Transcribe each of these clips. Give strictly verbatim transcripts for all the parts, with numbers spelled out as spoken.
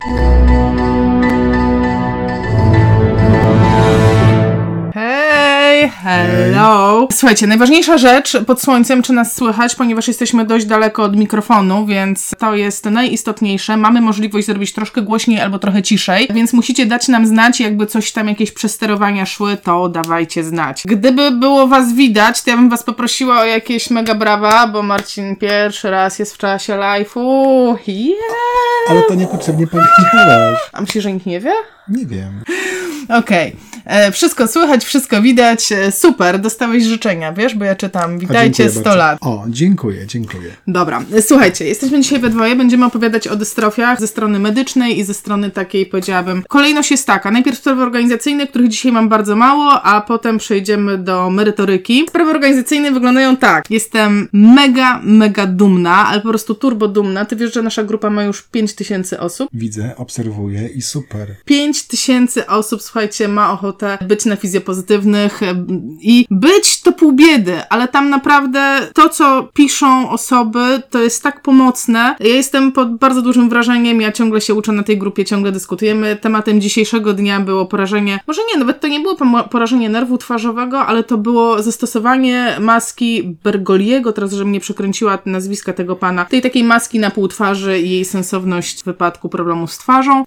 Hello! Słuchajcie, najważniejsza rzecz pod słońcem, czy nas słychać, ponieważ jesteśmy dość daleko od mikrofonu, więc to jest najistotniejsze. Mamy możliwość zrobić troszkę głośniej albo trochę ciszej, więc musicie dać nam znać, jakby coś tam, jakieś przesterowania szły, to dawajcie znać. Gdyby było was widać, to ja bym was poprosiła o jakieś mega brawa, bo Marcin pierwszy raz jest w czasie live'u. Yeah! Ale to niepotrzebnie powiedziałaś. A myślisz, że nikt nie wie? Nie wiem. Okej. Okay. Wszystko słychać, wszystko widać. Super, dostałeś życzenia, wiesz, bo ja czytam. Witajcie, sto lat. O, dziękuję, dziękuję. Dobra, słuchajcie, jesteśmy dzisiaj we dwoje, będziemy opowiadać o dystrofiach ze strony medycznej i ze strony takiej, powiedziałabym, kolejność jest taka. Najpierw sprawy organizacyjne, których dzisiaj mam bardzo mało, a potem przejdziemy do merytoryki. Sprawy organizacyjne wyglądają tak. Jestem mega, mega dumna, ale po prostu turbo dumna. Ty wiesz, że nasza grupa ma już pięć tysięcy osób? Widzę, obserwuję i super. pięć tysięcy osób, słuchajcie, ma ochotę być na fizjopozytywnych i być to pół biedy, ale tam naprawdę to, co piszą osoby, to jest tak pomocne. Ja jestem pod bardzo dużym wrażeniem, ja ciągle się uczę na tej grupie, ciągle dyskutujemy. Tematem dzisiejszego dnia było porażenie, może nie, nawet to nie było porażenie nerwu twarzowego, ale to było zastosowanie maski Bergoliego, teraz, żebym nie przekręciła nazwiska tego pana, tej takiej maski na pół twarzy i jej sensowność w wypadku problemów z twarzą.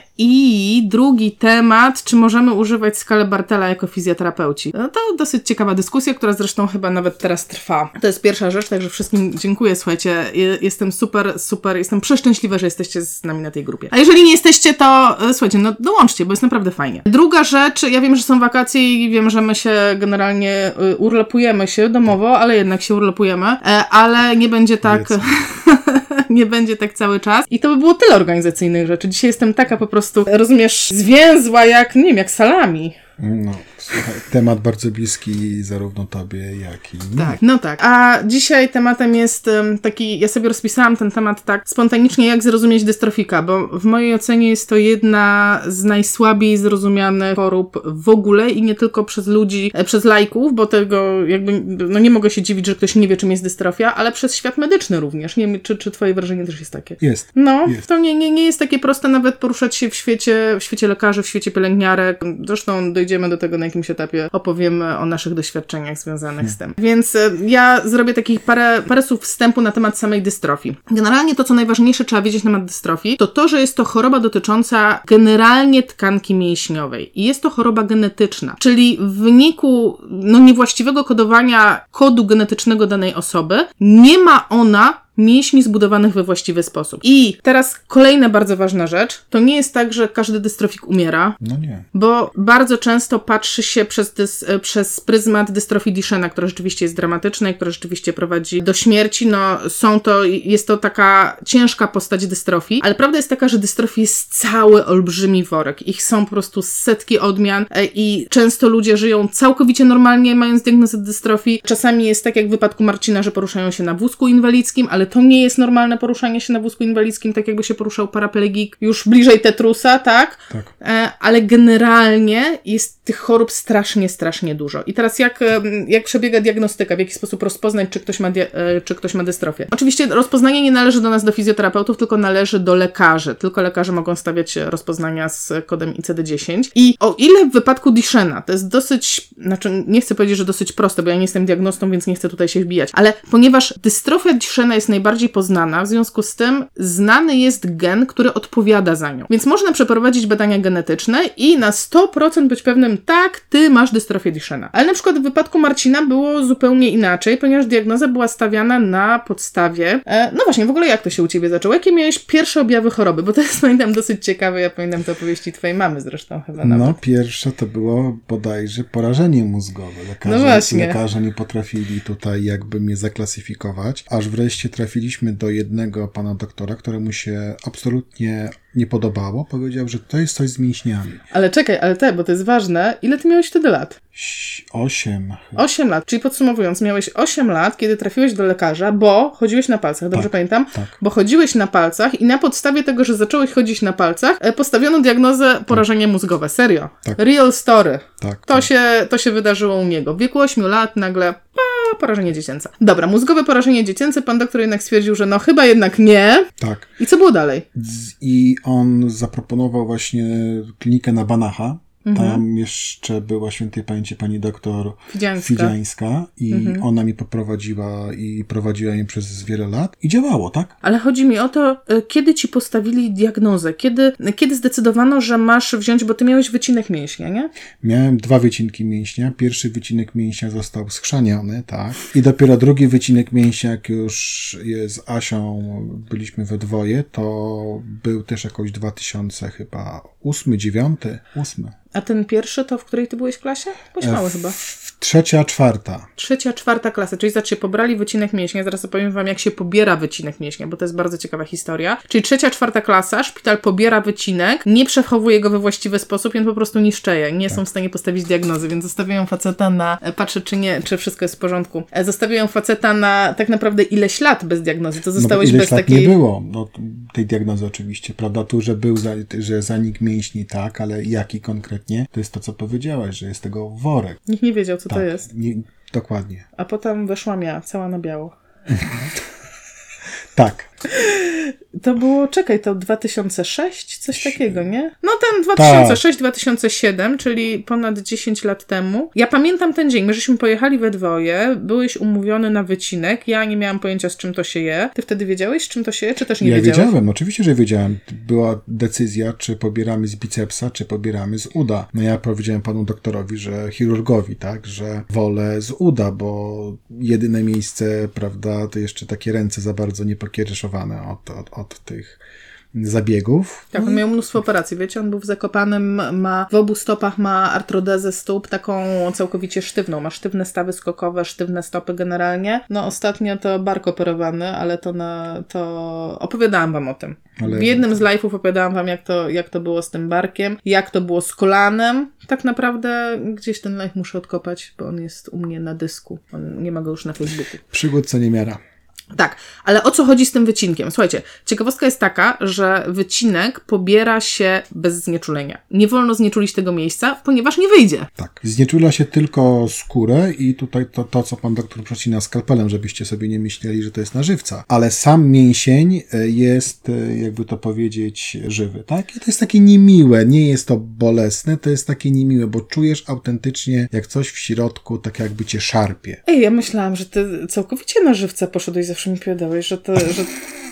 I drugi temat, czy możemy używać skalę Bartela jako fizjoterapeuci. No to dosyć ciekawa dyskusja, która zresztą chyba nawet teraz trwa. To jest pierwsza rzecz, także wszystkim dziękuję, słuchajcie, jestem super, super, jestem przeszczęśliwa, że jesteście z nami na tej grupie. A jeżeli nie jesteście, to słuchajcie, no dołączcie, bo jest naprawdę fajnie. Druga rzecz, ja wiem, że są wakacje i wiem, że my się generalnie urlopujemy się domowo, ale jednak się urlopujemy, ale nie będzie tak... nie będzie tak cały czas. I to by było tyle organizacyjnych rzeczy. Dzisiaj jestem taka po prostu, rozumiesz, zwięzła jak, nie wiem, jak salami. No, słuchaj, temat bardzo bliski zarówno tobie, jak i mnie. Tak, no tak. A dzisiaj tematem jest um, taki, ja sobie rozpisałam ten temat tak spontanicznie, jak zrozumieć dystrofika, bo w mojej ocenie jest to jedna z najsłabiej zrozumianych chorób w ogóle i nie tylko przez ludzi, e, przez laików, bo tego jakby, no nie mogę się dziwić, że ktoś nie wie, czym jest dystrofia, ale przez świat medyczny również. Nie wiem, czy, czy twoje wrażenie też jest takie? Jest. No, jest. To nie, nie, nie jest takie proste nawet poruszać się w świecie, w świecie lekarzy, w świecie pielęgniarek. Zresztą dojdziemy do tego na jakimś etapie, opowiemy o naszych doświadczeniach związanych hmm. z tym. Więc y, ja zrobię takich parę, parę słów wstępu na temat samej dystrofii. Generalnie to, co najważniejsze trzeba wiedzieć na temat dystrofii, to to, że jest to choroba dotycząca generalnie tkanki mięśniowej. I jest to choroba genetyczna, czyli w wyniku no, niewłaściwego kodowania kodu genetycznego danej osoby nie ma ona mięśni zbudowanych we właściwy sposób. I teraz kolejna bardzo ważna rzecz, to nie jest tak, że każdy dystrofik umiera, no nie. Bo bardzo często patrzy się przez, dys, przez pryzmat dystrofii Duchenne, która rzeczywiście jest dramatyczna i która rzeczywiście prowadzi do śmierci. No są to, jest to taka ciężka postać dystrofii, ale prawda jest taka, że dystrofii jest cały olbrzymi worek. Ich są po prostu setki odmian i często ludzie żyją całkowicie normalnie, mając diagnozę dystrofii. Czasami jest tak jak w wypadku Marcina, że poruszają się na wózku inwalidzkim, ale to nie jest normalne poruszanie się na wózku inwalidzkim, tak jakby się poruszał paraplegik, już bliżej Tetrusa, tak? Tak. E, ale generalnie jest tych chorób strasznie, strasznie dużo. I teraz jak, jak przebiega diagnostyka, w jaki sposób rozpoznać, czy ktoś ma, dia- czy ktoś ma dystrofię? Oczywiście rozpoznanie nie należy do nas, do fizjoterapeutów, tylko należy do lekarzy. Tylko lekarze mogą stawiać rozpoznania z kodem I C D dziesięć. I o ile w wypadku Duchenne'a to jest dosyć, znaczy nie chcę powiedzieć, że dosyć proste, bo ja nie jestem diagnostą, więc nie chcę tutaj się wbijać, ale ponieważ dystrofia Duchenne'a jest najbardziej poznana, w związku z tym znany jest gen, który odpowiada za nią. Więc można przeprowadzić badania genetyczne i na sto procent być pewnym, tak, ty masz dystrofię Duchenne'a. Ale na przykład w wypadku Marcina było zupełnie inaczej, ponieważ diagnoza była stawiana na podstawie... E, no właśnie, w ogóle jak to się u ciebie zaczęło? Jakie miałeś pierwsze objawy choroby? Bo to jest, pamiętam, dosyć ciekawe. Ja pamiętam te opowieści twojej mamy zresztą chyba nawet. No, pierwsze to było bodajże porażenie mózgowe. Lekarze, no właśnie. Lekarze nie potrafili tutaj jakby mnie zaklasyfikować, aż wreszcie trafiliśmy do jednego pana doktora, któremu się absolutnie nie podobało. Powiedział, że to jest coś z mięśniami. Ale czekaj, ale te, bo to jest ważne. Ile ty miałeś wtedy lat? Osiem. Osiem lat. Czyli podsumowując, miałeś osiem lat, kiedy trafiłeś do lekarza, bo chodziłeś na palcach, dobrze tak, pamiętam? Tak. Bo chodziłeś na palcach i na podstawie tego, że zacząłeś chodzić na palcach, postawiono diagnozę porażenie tak. mózgowe. Serio. Tak. Real story. Tak, to, tak. Się, to się wydarzyło u niego. W wieku ośmiu lat nagle porażenie dziecięce. Dobra, mózgowe porażenie dziecięce, pan doktor jednak stwierdził, że no chyba jednak nie. Tak. I co było dalej? I on zaproponował właśnie klinikę na Banacha. Mhm. Tam jeszcze była świętej pamięci pani doktor Fidziańska, Fidziańska i mhm. ona mi poprowadziła i prowadziła mnie przez wiele lat i działało, tak? Ale chodzi mi o to, kiedy ci postawili diagnozę? Kiedy, kiedy zdecydowano, że masz wziąć, bo ty miałeś wycinek mięśnia, nie? Miałem dwa wycinki mięśnia. Pierwszy wycinek mięśnia został schrzaniony, tak? I dopiero drugi wycinek mięśnia, jak już z Asią byliśmy we dwoje, to był też jakoś dwa tysiące chyba ósmy, dziewiąty, ósmy. A ten pierwszy to w której ty byłeś w klasie? Byłeś mały chyba. Trzecia, czwarta. Trzecia, czwarta klasa, czyli zobaczcie, pobrali wycinek mięśnia. Zaraz opowiem wam, jak się pobiera wycinek mięśnia, bo to jest bardzo ciekawa historia. Czyli trzecia, czwarta klasa, szpital pobiera wycinek, nie przechowuje go we właściwy sposób i on po prostu niszczeje. Nie tak. są w stanie postawić diagnozy, więc zostawiają faceta na, patrzę czy nie, czy wszystko jest w porządku, zostawiają faceta na tak naprawdę ileś lat bez diagnozy. To zostałeś no, bez lat takiej... nie było no, tej diagnozy oczywiście, prawda? Tu, że był, za, że zanik mięśni, tak, ale jaki konkretnie? To jest to, co powiedziałaś, że jest tego worek. Nikt nie wiedział, co tak, to jest. Nie, dokładnie. A potem weszłam ja, cała na biało. Tak. To było, czekaj, to dwa tysiące sześć? Coś takiego, nie? No ten dwa tysiące sześć dwa tysiące siedem, czyli ponad dziesięć lat temu. Ja pamiętam ten dzień, my żeśmy pojechali we dwoje, byłeś umówiony na wycinek, ja nie miałam pojęcia, z czym to się je. Ty wtedy wiedziałeś, z czym to się je, czy też nie ja wiedziałeś? Ja wiedziałem, oczywiście, że wiedziałem. Była decyzja, czy pobieramy z bicepsa, czy pobieramy z uda. No ja powiedziałem panu doktorowi, że chirurgowi, tak, że wolę z uda, bo jedyne miejsce, prawda, to jeszcze takie ręce za bardzo niepokiereszowane od, od, od tych zabiegów. Tak, on miał mnóstwo operacji, wiecie, on był w Zakopanem, ma w obu stopach ma artrodezę stóp, taką całkowicie sztywną, ma sztywne stawy skokowe, sztywne stopy generalnie. No ostatnio to bark operowany, ale to na, to opowiadałam wam o tym. Ale... W jednym z live'ów opowiadałam wam, jak to, jak to było z tym barkiem, jak to było z kolanem. Tak naprawdę gdzieś ten live muszę odkopać, bo on jest u mnie na dysku, on, nie ma go już na Facebooku. Przygód co niemiara. Tak, ale o co chodzi z tym wycinkiem? Słuchajcie, ciekawostka jest taka, że wycinek pobiera się bez znieczulenia. Nie wolno znieczulić tego miejsca, ponieważ nie wyjdzie. Tak, znieczula się tylko skórę i tutaj to, to co pan doktor przecina skalpelem, żebyście sobie nie myśleli, że to jest na żywca. Ale sam mięsień jest, jakby to powiedzieć, żywy, tak? I to jest takie niemiłe, nie jest to bolesne, to jest takie niemiłe, bo czujesz autentycznie, jak coś w środku, tak jakby cię szarpie. Ej, ja myślałam, że ty całkowicie na żywca poszedłeś, zawsze mi opowiadałeś, że to... Że...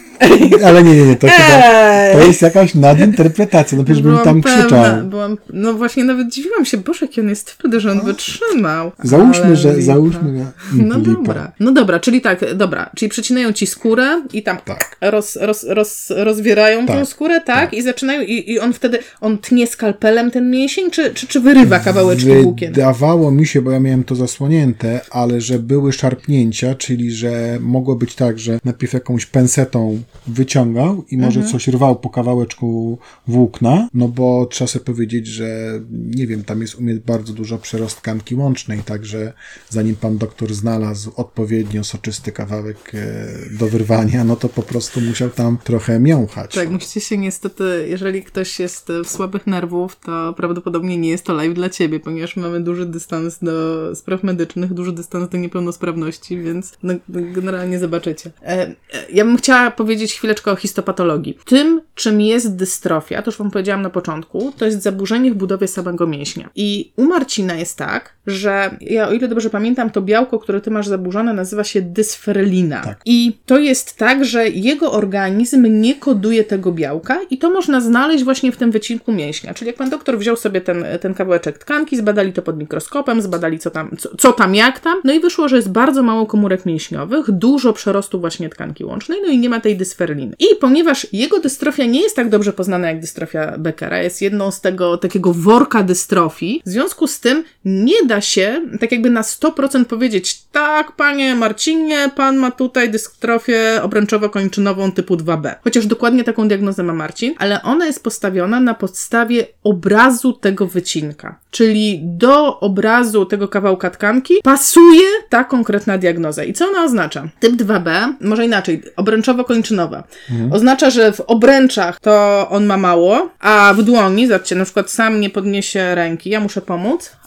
Ale nie, nie, nie, to chyba, to jest jakaś nadinterpretacja, no przecież bym tam pewna, krzyczał. Byłam, no właśnie nawet dziwiłam się, Boże, jaki on jest twardy, że on no. wytrzymał. Załóżmy, ale że, lipa. załóżmy. No lipa. dobra, no dobra, czyli tak, dobra, czyli przecinają ci skórę i tam tak. roz, roz, roz, rozwierają tak. tą skórę, tak? tak? I zaczynają, i, i on wtedy, on tnie skalpelem ten mięsień, czy, czy, czy wyrywa kawałeczki włókien? Wydawało mi się, bo ja miałem to zasłonięte, ale że były szarpnięcia, czyli że mogło być tak, że najpierw jakąś pensetą wyciągał i może mhm. coś rwał po kawałeczku włókna, no bo trzeba sobie powiedzieć, że nie wiem, tam jest u mnie bardzo dużo przerost tkanki łącznej, także zanim pan doktor znalazł odpowiednio soczysty kawałek do wyrwania, no to po prostu musiał tam trochę miąchać. Tak, musicie się niestety, jeżeli ktoś jest w słabych nerwów, to prawdopodobnie nie jest to live dla ciebie, ponieważ mamy duży dystans do spraw medycznych, duży dystans do niepełnosprawności, więc no, generalnie zobaczycie. E, ja bym chciała powiedzieć chwileczkę o histopatologii. Tym, czym jest dystrofia, to już wam powiedziałam na początku, to jest zaburzenie w budowie samego mięśnia. I u Marcina jest tak, że ja o ile dobrze pamiętam, to białko, które ty masz zaburzone, nazywa się dysferlina. Tak. I to jest tak, że jego organizm nie koduje tego białka i to można znaleźć właśnie w tym wycinku mięśnia. Czyli jak pan doktor wziął sobie ten, ten kawałeczek tkanki, zbadali to pod mikroskopem, zbadali co tam, co, co tam, jak tam, no i wyszło, że jest bardzo mało komórek mięśniowych, dużo przerostu właśnie tkanki łącznej, no i nie ma tej dysferliny. I ponieważ jego dystrofia nie jest tak dobrze poznana jak dystrofia Beckera, jest jedną z tego takiego worka dystrofii, w związku z tym nie da się tak jakby na sto procent powiedzieć, tak, panie Marcinie, pan ma tutaj dystrofię obręczowo-kończynową typu dwa B. Chociaż dokładnie taką diagnozę ma Marcin, ale ona jest postawiona na podstawie obrazu tego wycinka. Czyli do obrazu tego kawałka tkanki pasuje ta konkretna diagnoza. I co ona oznacza? Typ dwa B, może inaczej, obręczowo-kończynowa. Mhm. Oznacza, że w obręczach to on ma mało, a w dłoni, zobaczcie, na przykład sam nie podniesie ręki, ja muszę pomóc,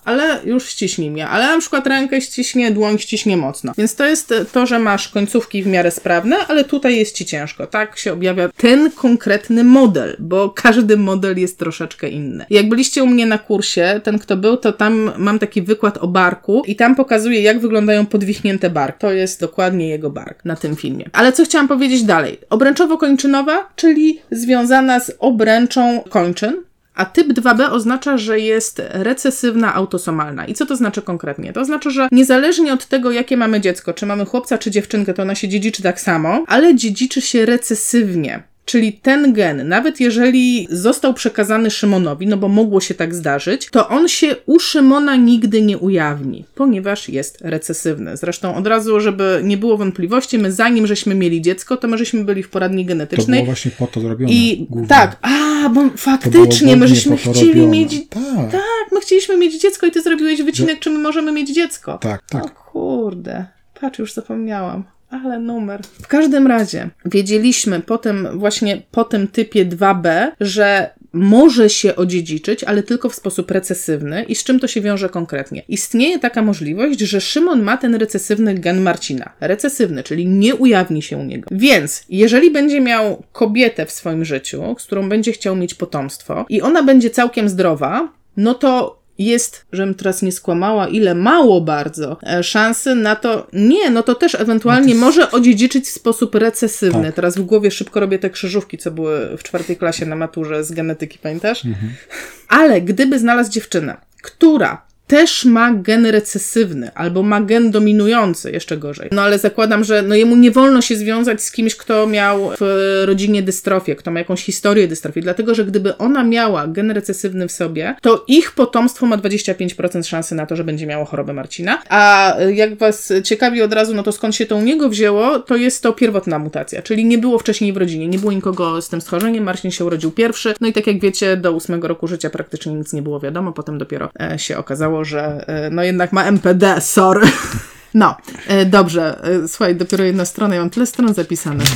ale już ściśnij mnie. Ale na przykład rękę ściśnie, dłoń ściśnie mocno. Więc to jest to, że masz końcówki w miarę sprawne, ale tutaj jest ci ciężko. Tak się objawia ten konkretny model, bo każdy model jest troszeczkę inny. Jak byliście u mnie na kursie, ten kto był, to tam mam taki wykład o barku i tam pokazuję, jak wyglądają podwichnięte barki. To jest dokładnie jego bark na tym filmie. Ale co chciałam powiedzieć dalej? Obręczowo-kończynowa, czyli związana z obręczą kończyn. A typ dwa B oznacza, że jest recesywna autosomalna. I co to znaczy konkretnie? To znaczy, że niezależnie od tego, jakie mamy dziecko, czy mamy chłopca, czy dziewczynkę, to ona się dziedziczy tak samo, ale dziedziczy się recesywnie. Czyli ten gen, nawet jeżeli został przekazany Szymonowi, no bo mogło się tak zdarzyć, to on się u Szymona nigdy nie ujawni, ponieważ jest recesywny. Zresztą od razu, żeby nie było wątpliwości, my zanim żeśmy mieli dziecko, to my żeśmy byli w poradni genetycznej. To było właśnie po to zrobione. I głównie. tak, a, bo faktycznie, my żeśmy chcieli robione. mieć... Tak. tak, my chcieliśmy mieć dziecko i ty zrobiłeś wycinek, że... czy my możemy mieć dziecko. Tak, tak. O kurde, patrz, już zapomniałam. Ale numer. W każdym razie wiedzieliśmy po tym, właśnie po tym typie dwa B, że może się odziedziczyć, ale tylko w sposób recesywny. I z czym to się wiąże konkretnie? Istnieje taka możliwość, że Szymon ma ten recesywny gen Marcina. Recesywny, czyli nie ujawni się u niego. Więc jeżeli będzie miał kobietę w swoim życiu, z którą będzie chciał mieć potomstwo i ona będzie całkiem zdrowa, no to jest, żebym teraz nie skłamała, ile mało bardzo e, szansy na to, nie, no to też ewentualnie no to... może odziedziczyć w sposób recesywny. Tak. Teraz w głowie szybko robię te krzyżówki, co były w czwartej klasie na maturze z genetyki, pamiętasz? Mhm. Ale gdyby znalazł dziewczynę, która też ma gen recesywny, albo ma gen dominujący, jeszcze gorzej. No ale zakładam, że no jemu nie wolno się związać z kimś, kto miał w rodzinie dystrofię, kto ma jakąś historię dystrofii, dlatego, że gdyby ona miała gen recesywny w sobie, to ich potomstwo ma dwadzieścia pięć procent szansy na to, że będzie miało chorobę Marcina. A jak was ciekawi od razu, no to skąd się to u niego wzięło, to jest to pierwotna mutacja, czyli nie było wcześniej w rodzinie, nie było nikogo z tym schorzeniem, Marcin się urodził pierwszy, no i tak jak wiecie, do ósmego roku życia praktycznie nic nie było wiadomo, potem dopiero e, się okazało, że no jednak ma M P D, sorry. No, dobrze, słuchaj, dopiero jedna strona, ja mam tyle stron zapisanych.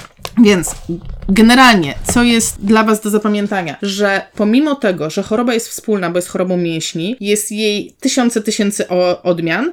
Więc generalnie, co jest dla was do zapamiętania, że pomimo tego, że choroba jest wspólna, bo jest chorobą mięśni, jest jej tysiące, tysięcy odmian,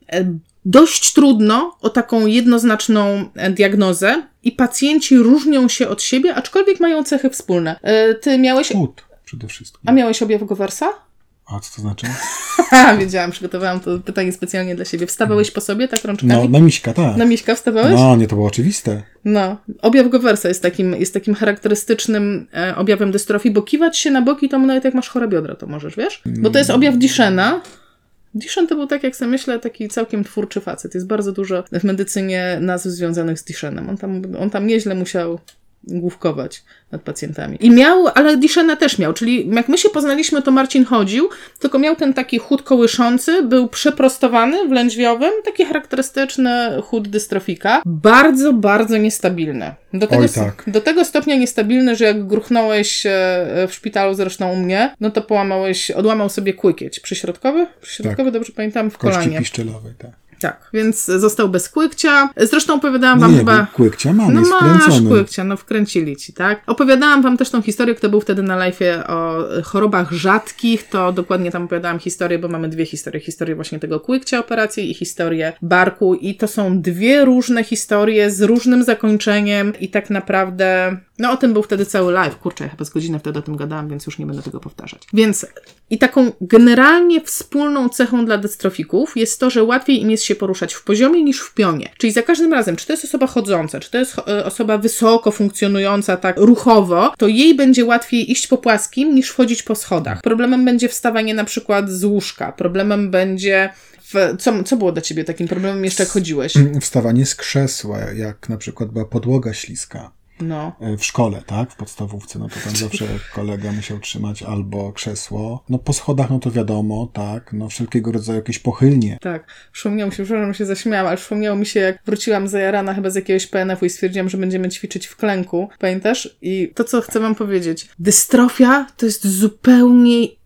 dość trudno o taką jednoznaczną diagnozę i pacjenci różnią się od siebie, aczkolwiek mają cechy wspólne. Ty miałeś... Chód przede wszystkim. A miałeś objaw Gowersa? A co to znaczy? Wiedziałam, przygotowałam to pytanie specjalnie dla siebie. Wstawałeś po sobie tak rączkami? No, na miśka, tak. Na miśka wstawałeś? No, nie, to było oczywiste. No, objaw Gowersa jest takim, jest takim charakterystycznym e, objawem dystrofii, bo kiwać się na boki to nawet jak masz chore biodra, to możesz, wiesz? Bo to jest objaw Duchenne. Duchenne to był, tak jak sobie myślę, taki całkiem twórczy facet. Jest bardzo dużo w medycynie nazw związanych z Duchennem. On tam, on tam nieźle musiał główkować nad pacjentami. I miał, ale Duchenne też miał, czyli jak my się poznaliśmy, to Marcin chodził, tylko miał ten taki chód kołyszący, był przeprostowany w lędźwiowym, taki charakterystyczny chód dystrofika. Bardzo, bardzo niestabilny. Do tego, Oj, tak. do tego stopnia niestabilny, że jak gruchnąłeś w szpitalu, zresztą u mnie, no to połamałeś, odłamał sobie kłykieć. Przyśrodkowy? Przyśrodkowy, tak. Dobrze pamiętam, w kolanie. Kości piszczelowej, tak. Tak, więc został bez kłykcia. Zresztą opowiadałam wam nie, chyba... kłykcia mam, no jest masz kłykcia, no wkręcili ci, tak? Opowiadałam wam też tą historię, kto był wtedy na live'ie o chorobach rzadkich, to dokładnie tam opowiadałam historię, bo mamy dwie historie. Historię właśnie tego kłykcia operacji i historię barku i to są dwie różne historie z różnym zakończeniem i tak naprawdę... No o tym był wtedy cały live. Kurczę, ja chyba z godzinę wtedy o tym gadałam, więc już nie będę tego powtarzać. Więc i taką generalnie wspólną cechą dla dystrofików jest to, że łatwiej im jest się poruszać w poziomie niż w pionie. Czyli za każdym razem, czy to jest osoba chodząca, czy to jest osoba wysoko funkcjonująca tak ruchowo, to jej będzie łatwiej iść po płaskim niż wchodzić po schodach. Problemem będzie wstawanie na przykład z łóżka. Problemem będzie... W, co, co było dla ciebie takim problemem jeszcze jak chodziłeś? Wstawanie z krzesła, jak na przykład była podłoga śliska. No. W szkole, tak? W podstawówce, no to tam zawsze kolega musiał trzymać albo krzesło. No po schodach, no to wiadomo, tak? No wszelkiego rodzaju jakieś pochylnie. Tak. Przypomniało mi się, przepraszam, się zaśmiałam, ale przypomniało mi się, jak wróciłam zajarana chyba z jakiegoś P N F-u i stwierdziłam, że będziemy ćwiczyć w klęku. Pamiętasz? I to, co chcę wam powiedzieć. Dystrofia to jest zupełnie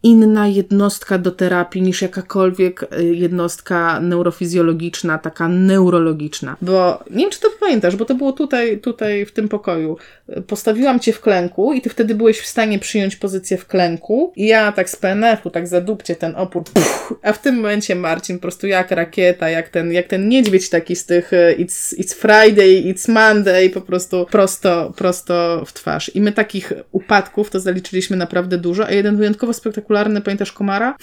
inna jednostka do terapii niż jakakolwiek jednostka neurofizjologiczna, taka neurologiczna. Bo nie wiem, czy to pamiętasz, bo to było tutaj, tutaj w tym pokoju. Postawiłam cię w klęku i ty wtedy byłeś w stanie przyjąć pozycję w klęku i ja tak z P N F u, tak zadupcie ten opór, pff, a w tym momencie Marcin po prostu jak rakieta, jak ten, jak ten niedźwiedź taki z tych it's, it's Friday, it's Monday, po prostu prosto, prosto w twarz. I my takich upadków to zaliczyliśmy naprawdę dużo, a jeden wyjątkowo spektakularny, pamiętasz komara?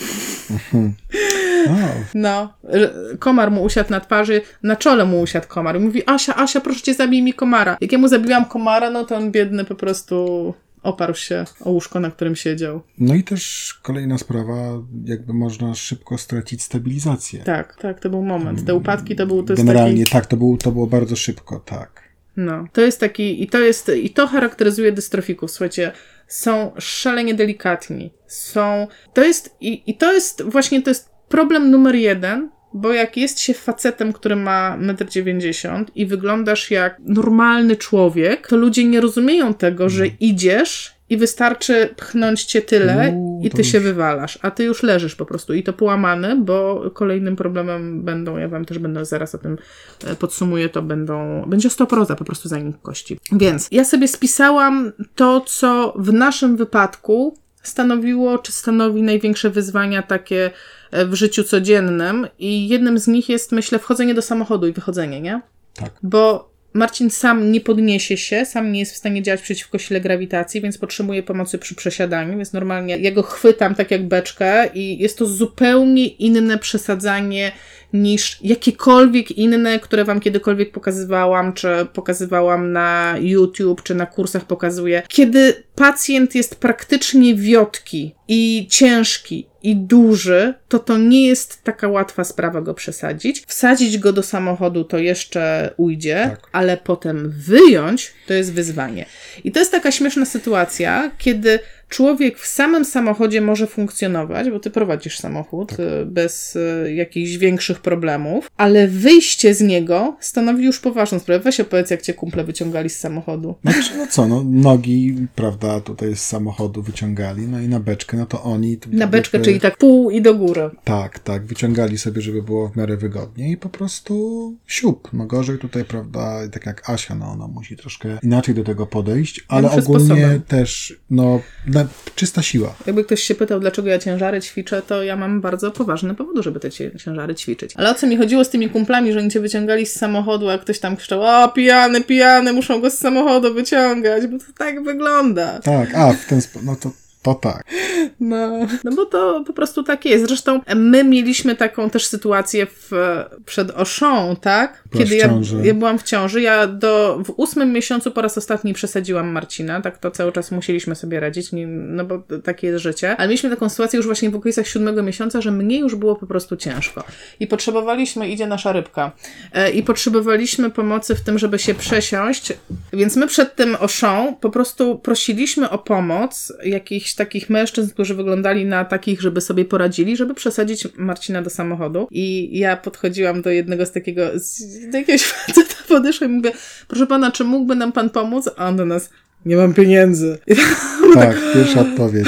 No, komar mu usiadł na twarzy, na czole mu usiadł komar i mówi, Asia, Asia, proszę cię, zabij mi komara. Jak ja mu zabiłam komara, no to on biedny po prostu oparł się o łóżko, na którym siedział. No i też kolejna sprawa, jakby można szybko stracić stabilizację. Tak, tak, to był moment. Te upadki to był... To Generalnie jest taki... tak, to, był, to było bardzo szybko, tak. No, to jest taki, i to jest, i to charakteryzuje dystrofików, słuchajcie, są szalenie delikatni, są, to jest, i, i to jest właśnie, to jest problem numer jeden, bo jak jest się facetem, który ma metr dziewięćdziesiąt i wyglądasz jak normalny człowiek, to ludzie nie rozumieją tego, że idziesz i wystarczy pchnąć cię tyle no, i ty już... się wywalasz, a ty już leżysz po prostu i to połamany, bo kolejnym problemem będą, ja wam też będę zaraz o tym podsumuję, to będą, będzie osteoporoza, po prostu zanik kości. Więc ja sobie spisałam to, co w naszym wypadku stanowiło, czy stanowi największe wyzwania takie w życiu codziennym i jednym z nich jest, myślę, wchodzenie do samochodu i wychodzenie, nie? Tak. Bo Marcin sam nie podniesie się, sam nie jest w stanie działać przeciwko sile grawitacji, więc potrzebuje pomocy przy przesiadaniu, więc normalnie ja go chwytam tak jak beczkę i jest to zupełnie inne przesadzanie niż jakiekolwiek inne, które wam kiedykolwiek pokazywałam, czy pokazywałam na YouTube, czy na kursach pokazuję. Kiedy pacjent jest praktycznie wiotki i ciężki i duży, to to nie jest taka łatwa sprawa go przesadzić. Wsadzić go do samochodu to jeszcze ujdzie, tak. Ale potem wyjąć to jest wyzwanie. I to jest taka śmieszna sytuacja, kiedy człowiek w samym samochodzie może funkcjonować, bo ty prowadzisz samochód tak. bez y, jakichś większych problemów, ale wyjście z niego stanowi już poważną sprawę. Weź opowiedz, jak cię kumple wyciągali z samochodu. No, no co, no nogi, prawda, tutaj z samochodu wyciągali, no i na beczkę, no to oni... To na beczkę, jakby, czyli tak pół i do góry. Tak, tak, wyciągali sobie, żeby było w miarę wygodnie i po prostu siup. No gorzej tutaj, prawda, tak jak Asia, no ona musi troszkę inaczej do tego podejść, ale ja ogólnie sposobem. Też, no... Na, czysta siła. Jakby ktoś się pytał, dlaczego ja ciężary ćwiczę, to ja mam bardzo poważne powody, żeby te ciężary ćwiczyć. Ale o co mi chodziło z tymi kumplami, że oni cię wyciągali z samochodu, a ktoś tam krzyczał, o pijany, pijany, muszą go z samochodu wyciągać, bo to tak wygląda. Tak, a w ten sposób, no to To tak. No, no bo to po prostu tak jest. Zresztą my mieliśmy taką też sytuację w, przed Auchan, tak? Byłaś Kiedy w ja, ciąży. ja byłam w ciąży. Ja do, w ósmym miesiącu po raz ostatni przesadziłam Marcina. Tak to cały czas musieliśmy sobie radzić, nie, no bo takie jest życie. Ale mieliśmy taką sytuację już właśnie w okolicach siódmego miesiąca, że mnie już było po prostu ciężko. I potrzebowaliśmy, idzie nasza rybka, e, i potrzebowaliśmy pomocy w tym, żeby się przesiąść. Więc my przed tym Auchan po prostu prosiliśmy o pomoc jakichś takich mężczyzn, którzy wyglądali na takich, żeby sobie poradzili, żeby przesadzić Marcina do samochodu. I ja podchodziłam do jednego z takiego, z, do jakiegoś faceta, podeszłam i mówię, proszę pana, czy mógłby nam pan pomóc? A on do nas, nie mam pieniędzy. I tak, tak, pierwsza odpowiedź.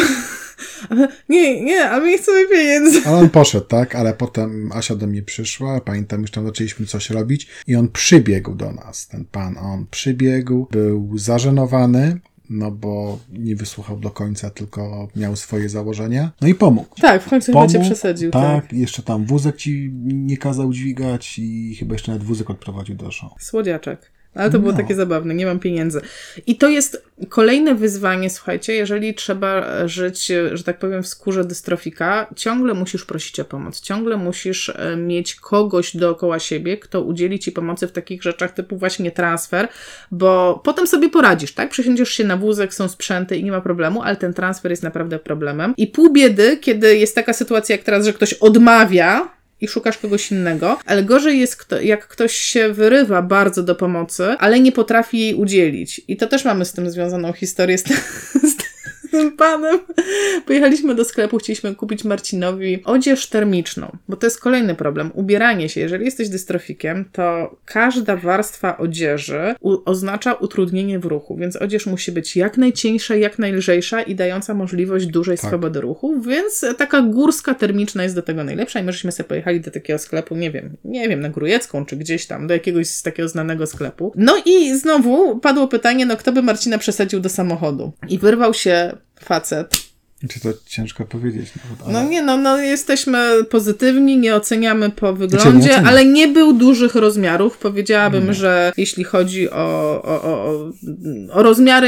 Nie, nie, ale my nie chcemy pieniędzy. A on poszedł, tak, ale potem Asia do mnie przyszła, pamiętam, już tam zaczęliśmy coś robić i on przybiegł do nas, ten pan, on przybiegł, był zażenowany, no bo nie wysłuchał do końca, tylko miał swoje założenia. No i pomógł. Tak, w końcu pomógł, chyba cię przesadził. Tak, tak, jeszcze tam wózek ci nie kazał dźwigać i chyba jeszcze nawet wózek odprowadził do Auchan. Słodziaczek. Ale to było no. takie zabawne, nie mam pieniędzy. I to jest kolejne wyzwanie, słuchajcie, jeżeli trzeba żyć, że tak powiem, w skórze dystrofika, ciągle musisz prosić o pomoc, ciągle musisz mieć kogoś dookoła siebie, kto udzieli ci pomocy w takich rzeczach typu właśnie transfer, bo potem sobie poradzisz, tak? Przesiądziesz się na wózek, są sprzęty i nie ma problemu, ale ten transfer jest naprawdę problemem. I pół biedy, kiedy jest taka sytuacja jak teraz, że ktoś odmawia, i szukasz kogoś innego, ale gorzej jest, kto, jak ktoś się wyrywa bardzo do pomocy, ale nie potrafi jej udzielić. I to też mamy z tym związaną historię z, z, tym panem. Pojechaliśmy do sklepu, chcieliśmy kupić Marcinowi odzież termiczną, bo to jest kolejny problem. Ubieranie się. Jeżeli jesteś dystrofikiem, to każda warstwa odzieży u- oznacza utrudnienie w ruchu, więc odzież musi być jak najcieńsza, jak najlżejsza i dająca możliwość dużej Tak. swobody ruchu, więc taka górska termiczna jest do tego najlepsza i my żeśmy sobie pojechali do takiego sklepu, nie wiem, nie wiem, na Grujecką czy gdzieś tam, do jakiegoś z takiego znanego sklepu. No i znowu padło pytanie, no kto by Marcina przesadził do samochodu? I wyrwał się facet. Czy to ciężko powiedzieć nawet, ale... No nie, no, no jesteśmy pozytywni, nie oceniamy po Znaczy, wyglądzie, nie oceniam. ale nie był dużych rozmiarów. Powiedziałabym, Nie. że jeśli chodzi o, o, o, o rozmiary,